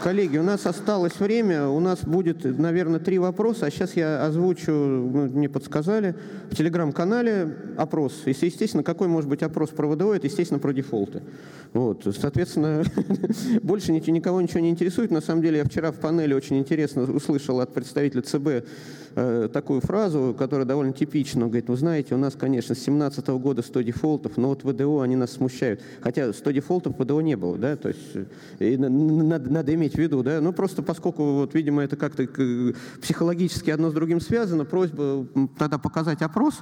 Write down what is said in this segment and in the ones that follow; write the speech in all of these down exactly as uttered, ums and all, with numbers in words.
Коллеги, у нас осталось время, у нас будет, наверное, три вопроса, а сейчас я озвучу, мне подсказали, в телеграм-канале опрос. Если, естественно, какой может быть опрос про ВДО, это, естественно, про дефолты. Вот, соответственно, больше никого ничего не интересует. На самом деле, я вчера в панели очень интересно услышал от представителя ЦБ э, такую фразу, которая довольно типична. Он говорит, вы знаете, у нас, конечно, с две тысячи семнадцатого года сто дефолтов, но вот ВДО, они нас смущают. Хотя сто дефолтов ВДО не было, да, то есть и надо, надо иметь в виду, да, ну просто поскольку, вот, видимо, это как-то психологически одно с другим связано, просьба тогда показать опрос,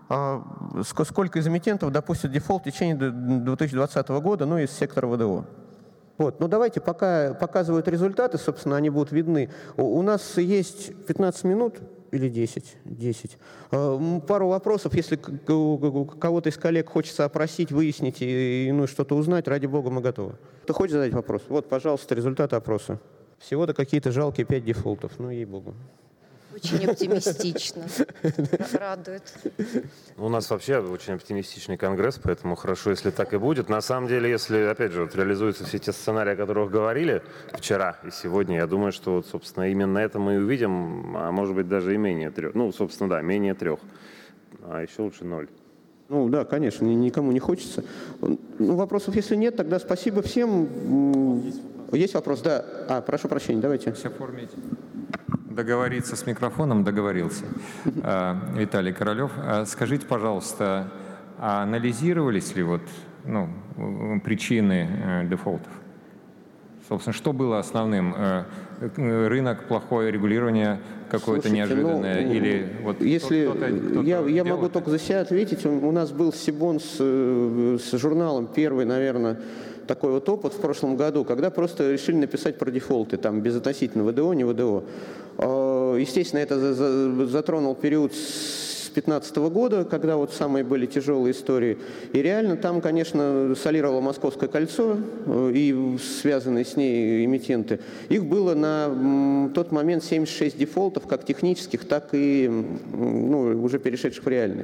сколько из эмитентов допустят дефолт в течение две тысячи двадцатого года, ну, из сектора ВДО. Вот, ну давайте, пока показывают результаты, собственно, они будут видны. У, у нас есть пятнадцать минут или десять? десять. Пару вопросов, если у кого-то из коллег хочется опросить, выяснить и, и ну, что-то узнать, ради бога, мы готовы. Кто хочет задать вопрос? Вот, пожалуйста, результаты опроса. Всего-то какие-то жалкие пять дефолтов, ну, ей-богу. Очень оптимистично. Радует. У нас вообще очень оптимистичный конгресс, поэтому хорошо, если так и будет. На самом деле, если, опять же, вот реализуются все те сценарии, о которых говорили вчера и сегодня, я думаю, что, вот, собственно, именно это мы и увидим, а может быть, даже и менее трех. Ну, собственно, да, менее трех. А еще лучше ноль. Ну да, конечно, никому не хочется. Ну, вопросов, если нет, тогда спасибо всем. Есть вопрос, Есть вопрос? Да. А, прошу прощения, давайте. Оформить. Договориться с микрофоном, договорился. Виталий Королев. Скажите, пожалуйста, а анализировались ли вот, ну, причины дефолтов? Собственно, что было основным? Рынок, плохое регулирование, какое-то Слушайте, неожиданное? Ну, или вот если кто-то, кто-то я, я делал? могу только за себя ответить. У нас был Сибон с, с журналом первый, наверное, такой вот опыт в прошлом году, когда просто решили написать про дефолты, там, безотносительно ВДО, не ВДО. Естественно, это затронул период с две тысячи пятнадцатого года, когда вот самые были тяжелые истории. И реально там, конечно, солировало Московское кольцо и связанные с ней эмитенты. Их было на тот момент семьдесят шесть дефолтов, как технических, так и ну, уже перешедших в реальные.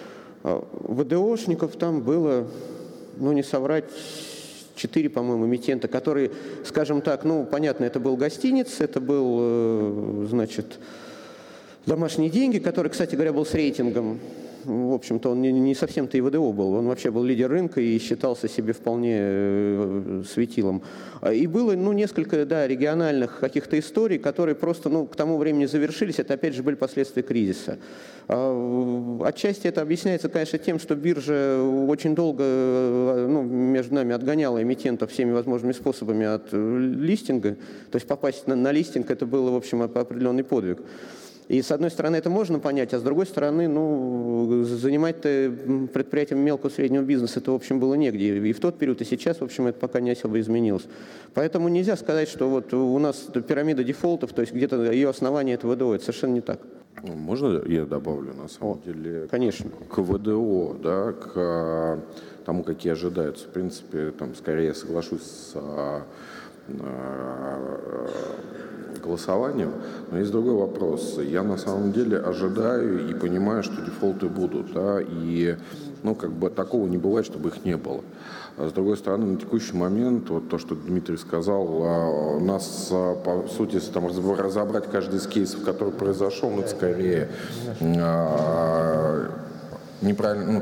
ВДОшников там было, ну не соврать, четыре, по-моему, эмитента, которые, скажем так, ну, понятно, это был гостиниц, это был, значит, домашние деньги, который, кстати говоря, был с рейтингом. В общем-то, он не совсем-то и ВДО был, он вообще был лидер рынка и считался себе вполне светилом. И было, ну, несколько, да, региональных каких-то историй, которые просто, ну, к тому времени завершились, это, опять же, были последствия кризиса. Отчасти это объясняется, конечно, тем, что биржа очень долго, ну, между нами отгоняла эмитентов всеми возможными способами от листинга, то есть попасть на, на листинг это было, в общем, определенный подвиг. И с одной стороны это можно понять, а с другой стороны, ну, занимать-то предприятием мелкого и среднего бизнеса это, в общем, было негде. И в тот период, и сейчас, в общем, это пока не особо изменилось. Поэтому нельзя сказать, что вот у нас пирамида дефолтов, то есть где-то ее основание это ВДО, это совершенно не так. Можно я добавлю, на самом О, деле? Конечно. К ВДО, да, к тому, какие ожидаются. В принципе, там, скорее я соглашусь с голосованию, но есть другой вопрос. Я на самом деле ожидаю и понимаю, что дефолты будут, да, и, ну, как бы такого не бывает, чтобы их не было. А с другой стороны, на текущий момент, вот то, что Дмитрий сказал, у нас, по сути, если там разобрать каждый из кейсов, который произошел, ну, это скорее неправильно, ну,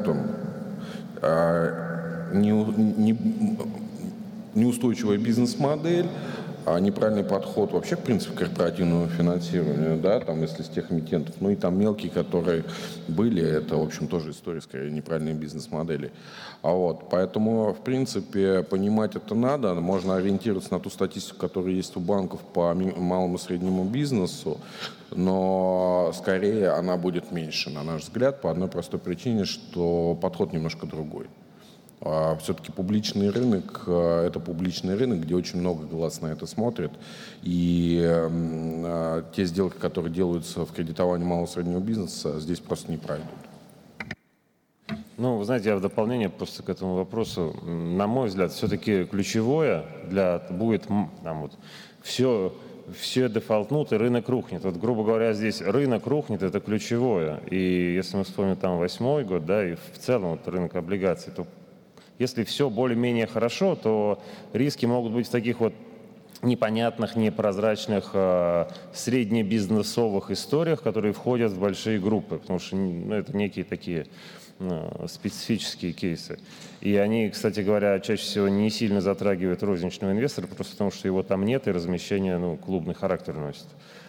там, не, не, неустойчивая бизнес-модель, а неправильный подход вообще, в принципе, к корпоративному финансированию, да, там, если с тех эмитентов, ну и там мелкие, которые были, это, в общем, тоже история, скорее, неправильной бизнес-модели. А вот, поэтому, в принципе, понимать это надо, можно ориентироваться на ту статистику, которая есть у банков по малому и среднему бизнесу, но, скорее, она будет меньше, на наш взгляд, по одной простой причине, что подход немножко другой. Все-таки публичный рынок – это публичный рынок, где очень много глаз на это смотрит. И э, те сделки, которые делаются в кредитовании малого и среднего бизнеса, здесь просто не пройдут. Ну, вы знаете, я в дополнение просто к этому вопросу, на мой взгляд, все-таки ключевое для, будет там, вот, все, все дефолтнут и рынок рухнет. Вот, грубо говоря, здесь рынок рухнет – это ключевое. И если мы вспомним там восьмой год, да, и в целом вот, рынок облигаций, то если все более-менее хорошо, то риски могут быть в таких вот непонятных, непрозрачных э, среднебизнесовых историях, которые входят в большие группы, потому что ну, это некие такие э, специфические кейсы. И они, кстати говоря, чаще всего не сильно затрагивают розничного инвестора, просто потому что его там нет, и размещение ну, клубный характер носит.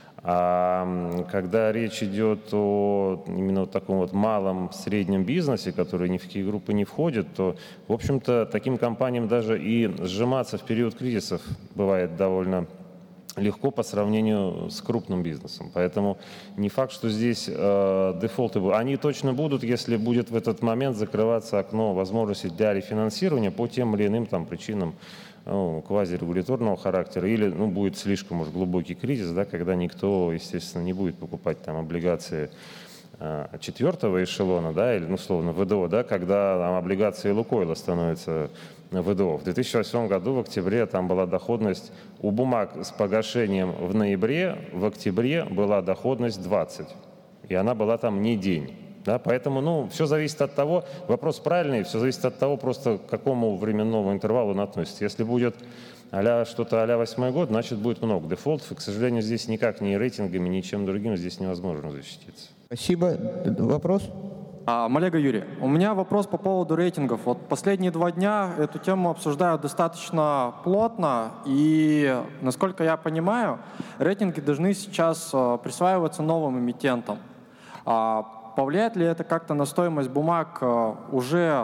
А когда речь идет о именно вот таком вот малом, среднем бизнесе, который ни в какие группы не входит, то, в общем-то, таким компаниям даже и сжиматься в период кризисов бывает довольно легко по сравнению с крупным бизнесом. Поэтому не факт, что здесь э, дефолты будут. Они точно будут, если будет в этот момент закрываться окно возможностей для рефинансирования по тем или иным там, причинам, ну, квазирегуляторного характера, или ну, будет слишком уж глубокий кризис, да, когда никто, естественно, не будет покупать там, облигации э, четвертого эшелона, да, или, ну, условно, ВДО, да, когда там, облигации Лукойла становятся ВДО. В две тысячи восьмом году в октябре там была доходность у бумаг с погашением в ноябре, в октябре была доходность двадцать, и она была там не день. Да, поэтому, ну, все зависит от того, вопрос правильный, все зависит от того, просто к какому временному интервалу он относится. Если будет а-ля что-то а-ля восьмой год, значит, будет много дефолтов, и, к сожалению, здесь никак ни рейтингами, ни чем другим здесь невозможно защититься. Спасибо. Вопрос? А, Малега Юрий, у меня вопрос по поводу рейтингов. Вот последние два дня эту тему обсуждают достаточно плотно, и, насколько я понимаю, рейтинги должны сейчас присваиваться новым эмитентам. Повлияет ли это как-то на стоимость бумаг уже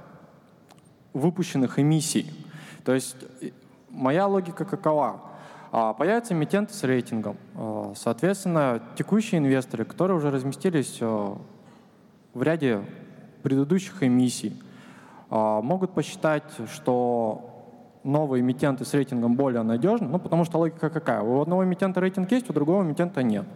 выпущенных эмиссий? То есть моя логика какова? Появятся эмитенты с рейтингом. Соответственно, текущие инвесторы, которые уже разместились в ряде предыдущих эмиссий, могут посчитать, что новые эмитенты с рейтингом более надежны, ну, потому что логика какая? У одного эмитента рейтинг есть, у другого эмитента нет.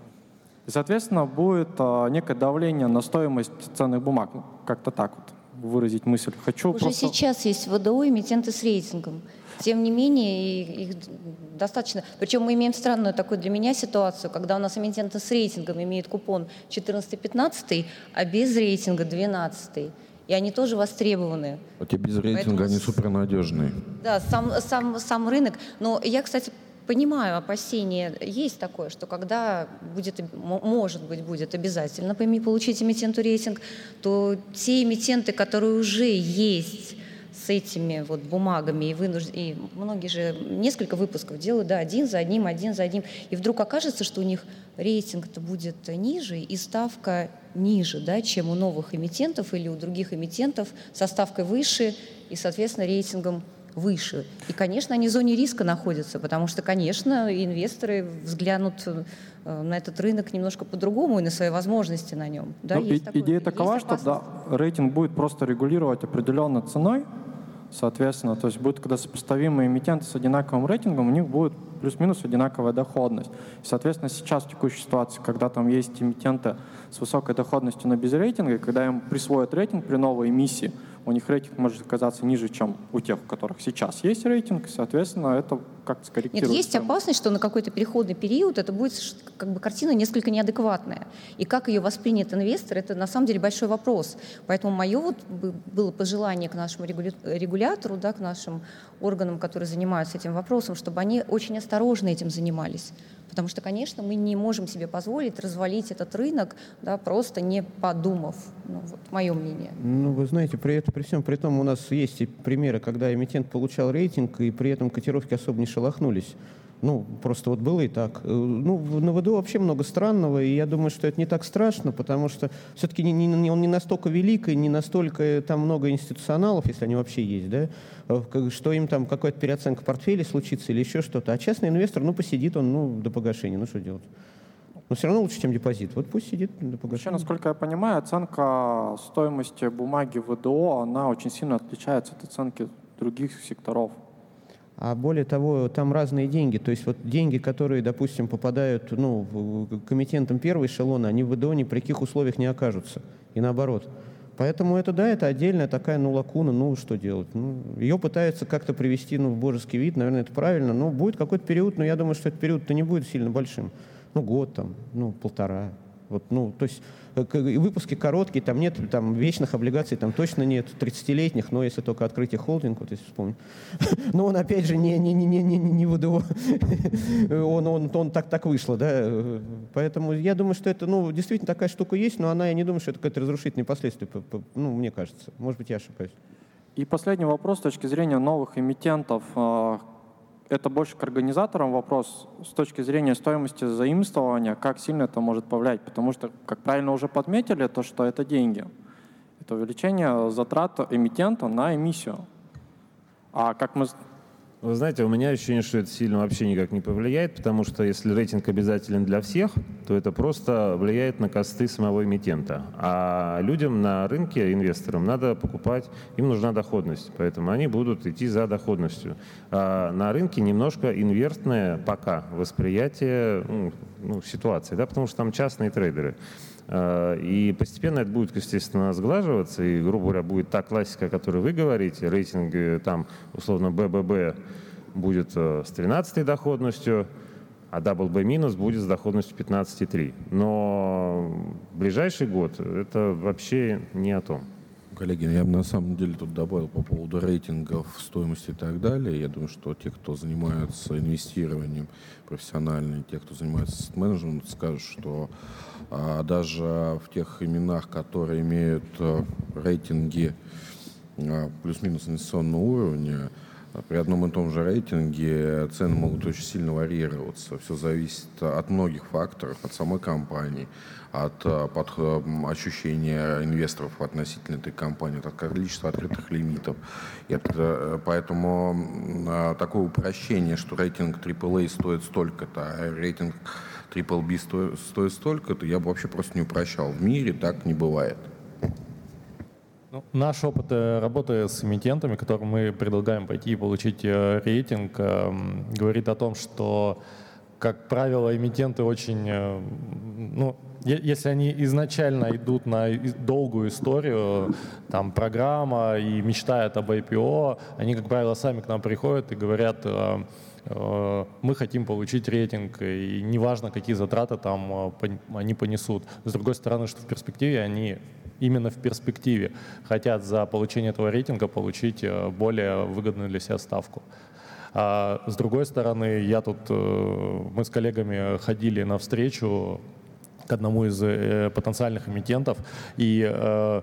И, соответственно, будет а, некое давление на стоимость ценных бумаг. Ну, как-то так вот выразить мысль. Хочу Уже просто... сейчас есть ВДО эмитенты с рейтингом. Тем не менее, их достаточно. Причем мы имеем странную такую для меня ситуацию, когда у нас эмитенты с рейтингом имеют купон четырнадцатый-пятнадцатый, а без рейтинга двенадцатый. И они тоже востребованы. Вот те без рейтинга, Поэтому... они супернадежные. Да, сам, сам, сам рынок. Но я, кстати, понимаю, опасения есть такое, что когда будет, может быть, будет обязательно получить эмитенту рейтинг, то те эмитенты, которые уже есть с этими вот бумагами, и, вынуж... и многие же несколько выпусков делают, да, один за одним, один за одним, и вдруг окажется, что у них рейтинг-то будет ниже, и ставка ниже, да, чем у новых эмитентов или у других эмитентов со ставкой выше и, соответственно, рейтингом выше. И, конечно, они в зоне риска находятся, потому что, конечно, инвесторы взглянут на этот рынок немножко по-другому и на свои возможности на нем. Да, ну, и, такое, идея такова, что да, рейтинг будет просто регулировать определенной ценой, соответственно, то есть будет, когда сопоставимые эмитенты с одинаковым рейтингом, у них будет плюс-минус одинаковая доходность. И, соответственно, сейчас в текущей ситуации, когда там есть эмитенты с высокой доходностью, но без рейтинга, и когда им присвоят рейтинг при новой эмиссии, у них рейтинг может оказаться ниже, чем у тех, у которых сейчас есть рейтинг, и, соответственно, это как-то скорректируется. Нет, есть опасность, что на какой-то переходный период это будет как бы картина несколько неадекватная. И как ее воспринят инвестор, это на самом деле большой вопрос. Поэтому мое вот было пожелание к нашему регулятору, да, к нашим органам, которые занимаются этим вопросом, чтобы они очень осторожно этим занимались. Потому что, конечно, мы не можем себе позволить развалить этот рынок, да, просто не подумав. Ну, вот мое мнение. Ну, вы знаете, при этом, при всем при том, у нас есть и примеры, когда эмитент получал рейтинг, и при этом котировки особо не шелохнулись. Ну, просто вот было и так. Ну, на ВДО вообще много странного, и я думаю, что это не так страшно, потому что все-таки не, не, он не настолько велик, и не настолько там много институционалов, если они вообще есть, да, что им там какая-то переоценка портфеля случится или еще что-то. А частный инвестор, ну, посидит он, ну, до погашения, ну, что делать? Но все равно лучше, чем депозит. Вот пусть сидит до погашения. Еще, насколько я понимаю, оценка стоимости бумаги ВДО, она очень сильно отличается от оценки других секторов. А более того, там разные деньги. То есть вот деньги, которые, допустим, попадают ну, к эмитентам первого эшелона, они в ВДО ни при каких условиях не окажутся. И наоборот. Поэтому это, да, это отдельная такая, ну, лакуна, ну, что делать? Ну, ее пытаются как-то привести, ну, в божеский вид, наверное, это правильно. Но будет какой-то период, но я думаю, что этот период-то не будет сильно большим. Ну, год там, ну, полтора. Вот, ну, то есть выпуски короткие, там нет там, вечных облигаций, там точно нет тридцатилетних, но если только открытие холдинга, вот если вспомнить. Но он, опять же, не, не, не, не, не, не ВДО. он, он, он так, так вышло, да. Поэтому я думаю, что это, ну, действительно такая штука есть, но она, я не думаю, что это какое-то разрушительное последствие, ну, мне кажется. Может быть, я ошибаюсь. И последний вопрос с точки зрения новых эмитентов. Это больше к организаторам вопрос с точки зрения стоимости заимствования, как сильно это может повлиять. Потому что, как правильно уже подметили, то, что это деньги. Это увеличение затрат эмитента на эмиссию. А как мы... Вы знаете, у меня ощущение, что это сильно вообще никак не повлияет, потому что если рейтинг обязателен для всех, то это просто влияет на косты самого эмитента. А людям на рынке, инвесторам, надо покупать, им нужна доходность, поэтому они будут идти за доходностью. А на рынке немножко инвертное пока восприятие ну, ну, ситуации, да, потому что там частные трейдеры. И постепенно это будет, естественно, сглаживаться, и, грубо говоря, будет та классика, о которой вы говорите, рейтинг там, условно, БББ будет с тринадцатой доходностью, а дабл би минус будет с доходностью пятнадцать целых три. Но в ближайший год это вообще не о том. Коллеги, я бы на самом деле тут добавил по поводу рейтингов, стоимости и так далее. Я думаю, что те, кто занимается инвестированием профессионально, те, кто занимается менеджментом, скажут, что а, даже в тех именах, которые имеют а, рейтинги а, плюс-минус инвестиционного уровня, а, при одном и том же рейтинге цены могут очень сильно варьироваться. Все зависит от многих факторов, от самой компании, от, от ощущения инвесторов относительно этой компании, от количества открытых лимитов. Это, поэтому а, такое упрощение, что рейтинг трипл эй стоит столько-то, а рейтинг трипл би стоит, стоит столько-то, я бы вообще просто не упрощал. В мире так не бывает. Ну, наш опыт работы с эмитентами, которым мы предлагаем пойти и получить рейтинг, говорит о том, что, как правило, эмитенты очень, ну, если они изначально идут на долгую историю, там, программа и мечтают об ай пи о, они, как правило, сами к нам приходят и говорят: мы хотим получить рейтинг, и неважно, какие затраты там они понесут. С другой стороны, что в перспективе они именно в перспективе хотят за получение этого рейтинга получить более выгодную для себя ставку. А с другой стороны, я тут, мы с коллегами ходили на встречу к одному из э, потенциальных эмитентов, и э,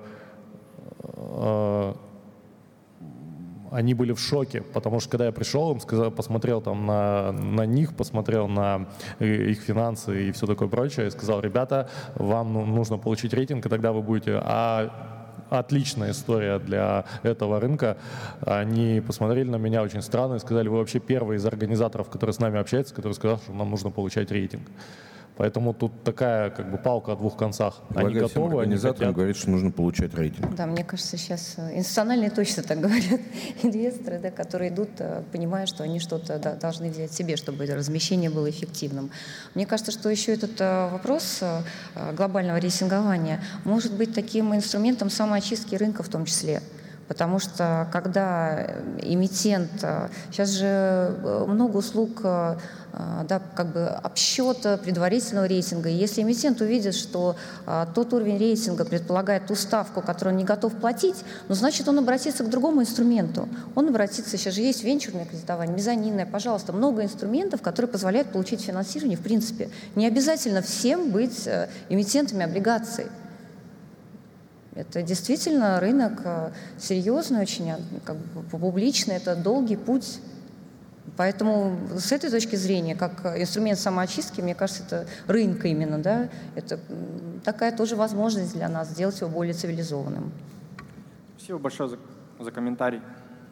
э, они были в шоке, потому что когда я пришел, им сказал, посмотрел там на, на них, посмотрел на их финансы и все такое прочее, и сказал: ребята, вам нужно получить рейтинг, и тогда вы будете... А отличная история для этого рынка. Они посмотрели на меня очень странно и сказали: вы вообще первый из организаторов, который с нами общается, который сказал, что нам нужно получать рейтинг. Поэтому тут такая как бы палка о двух концах. Они готовы, они хотят. Говорит, что нужно получать рейтинг. Да, мне кажется, сейчас институциональные точно так говорят. Инвесторы, да, которые идут, понимая, что они что-то да, должны взять себе, чтобы размещение было эффективным. Мне кажется, что еще этот вопрос глобального рейтингования может быть таким инструментом самоочистки рынка в том числе. Потому что когда эмитент, сейчас же много услуг, да, как бы обсчета предварительного рейтинга. И если эмитент увидит, что а, тот уровень рейтинга предполагает ту ставку, которую он не готов платить, ну, значит, он обратится к другому инструменту. Он обратится, сейчас же есть венчурное кредитование, мезонинное, пожалуйста, много инструментов, которые позволяют получить финансирование в принципе. Не обязательно всем быть а, эмитентами облигаций. Это действительно рынок а, серьезный, очень как бы, публичный, это долгий путь. Поэтому с этой точки зрения, как инструмент самоочистки, мне кажется, это рынка именно, да, это такая тоже возможность для нас сделать его более цивилизованным. Спасибо большое за, за комментарий.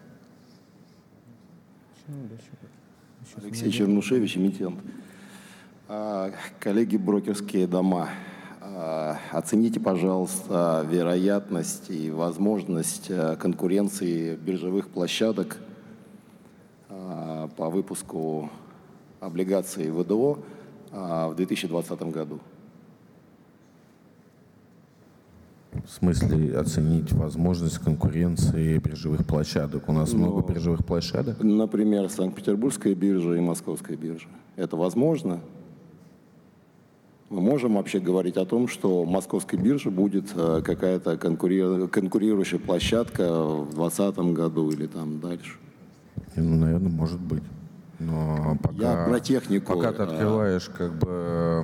Алексей Чернушевич, эмитент. Коллеги, брокерские дома, оцените, пожалуйста, вероятность и возможность конкуренции биржевых площадок по выпуску облигаций ВДО в две тысячи двадцатом году. В смысле оценить возможность конкуренции биржевых площадок? У нас ну, много биржевых площадок? Например, Санкт-Петербургская биржа и Московская биржа. Это возможно? Мы можем вообще говорить о том, что Московской бирже будет какая-то конкурирующая площадка в двадцатом году или там дальше? Ну, наверное, может быть. Но пока, Я про технику. Пока ты открываешь как бы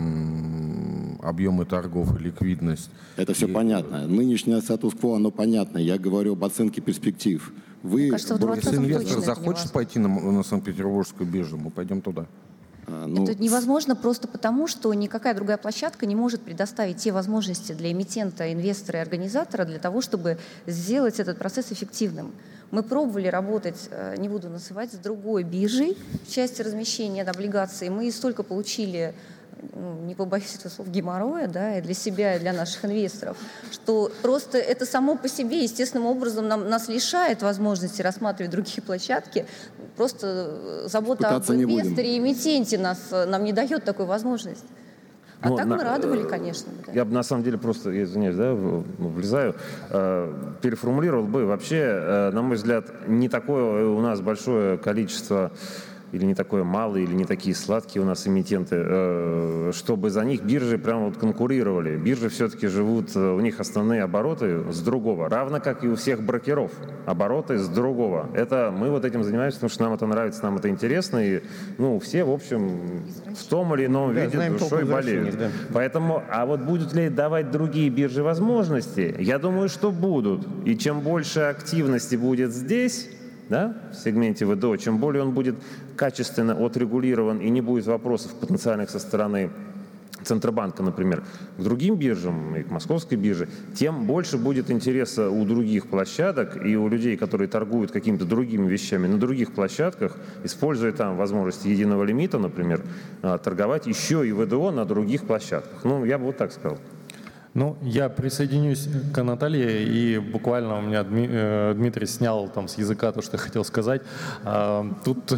объемы торгов и ликвидность. Это все и... понятно. Нынешнее статус-кво, оно понятно. Я говорю об оценке перспектив. Вы, кажется, если инвестор захочет невозможно. пойти на, на Санкт-Петербургскую биржу, мы пойдем туда. А, ну... Это невозможно просто потому, что никакая другая площадка не может предоставить те возможности для эмитента, инвестора и организатора для того, чтобы сделать этот процесс эффективным. Мы пробовали работать, не буду называть, с другой биржей в части размещения облигаций. Мы столько получили, ну, не побоюсь этого слова, геморроя, да, и для себя, и для наших инвесторов, что просто это само по себе естественным образом нам, нас лишает возможности рассматривать другие площадки. Просто забота об инвесторе и эмитенте нас, нам не дает такой возможности. А ну, так на, мы радовали, конечно. Да. Я бы на самом деле просто, я извиняюсь, да, влезаю, э, переформулировал бы вообще, э, на мой взгляд, не такое у нас большое количество, или не такое малое, или не такие сладкие у нас эмитенты, э, чтобы за них биржи прямо вот конкурировали. Биржи все-таки живут, у них основные обороты с другого, равно как и у всех брокеров. Обороты с другого. Это мы вот этим занимаемся, потому что нам это нравится, нам это интересно, и ну, все, в общем, в том или ином да, виде душой болеют. Да. Поэтому, а вот будут ли давать другие биржи возможности? Я думаю, что будут. И чем больше активности будет здесь, да, в сегменте ВДО, чем более он будет качественно отрегулирован и не будет вопросов потенциальных со стороны Центробанка, например, к другим биржам и к московской бирже, тем больше будет интереса у других площадок и у людей, которые торгуют какими-то другими вещами на других площадках, используя там возможности единого лимита, например, торговать еще и ВДО на других площадках. Ну, я бы вот так сказал. Ну, я присоединюсь к Наталье, и буквально у меня Дми, э, Дмитрий снял там с языка то, что я хотел сказать. А, тут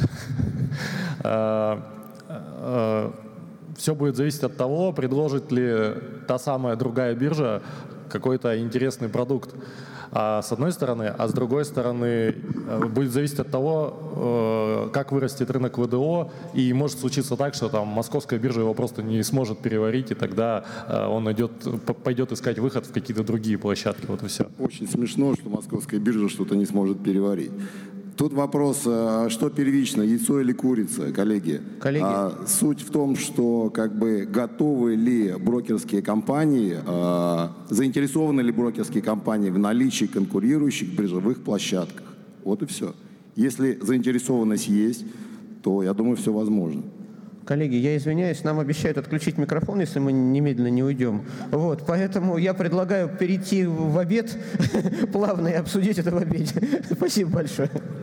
а, а, все будет зависеть от того, предложит ли та самая другая биржа какой-то интересный продукт. А с одной стороны, а с другой стороны будет зависеть от того, как вырастет рынок ВДО, и может случиться так, что там московская биржа его просто не сможет переварить, и тогда он идет, пойдет искать выход в какие-то другие площадки. Вот и все. Очень смешно, что московская биржа что-то не сможет переварить. Тут вопрос, что первично, яйцо или курица, коллеги? Коллеги. А, суть в том, что как бы готовы ли брокерские компании, а, заинтересованы ли брокерские компании в наличии конкурирующих биржевых площадках. Вот и все. Если заинтересованность есть, то, я думаю, все возможно. Коллеги, я извиняюсь, нам обещают отключить микрофон, если мы немедленно не уйдем. Вот, поэтому я предлагаю перейти в обед плавно и обсудить это в обеде. Спасибо большое.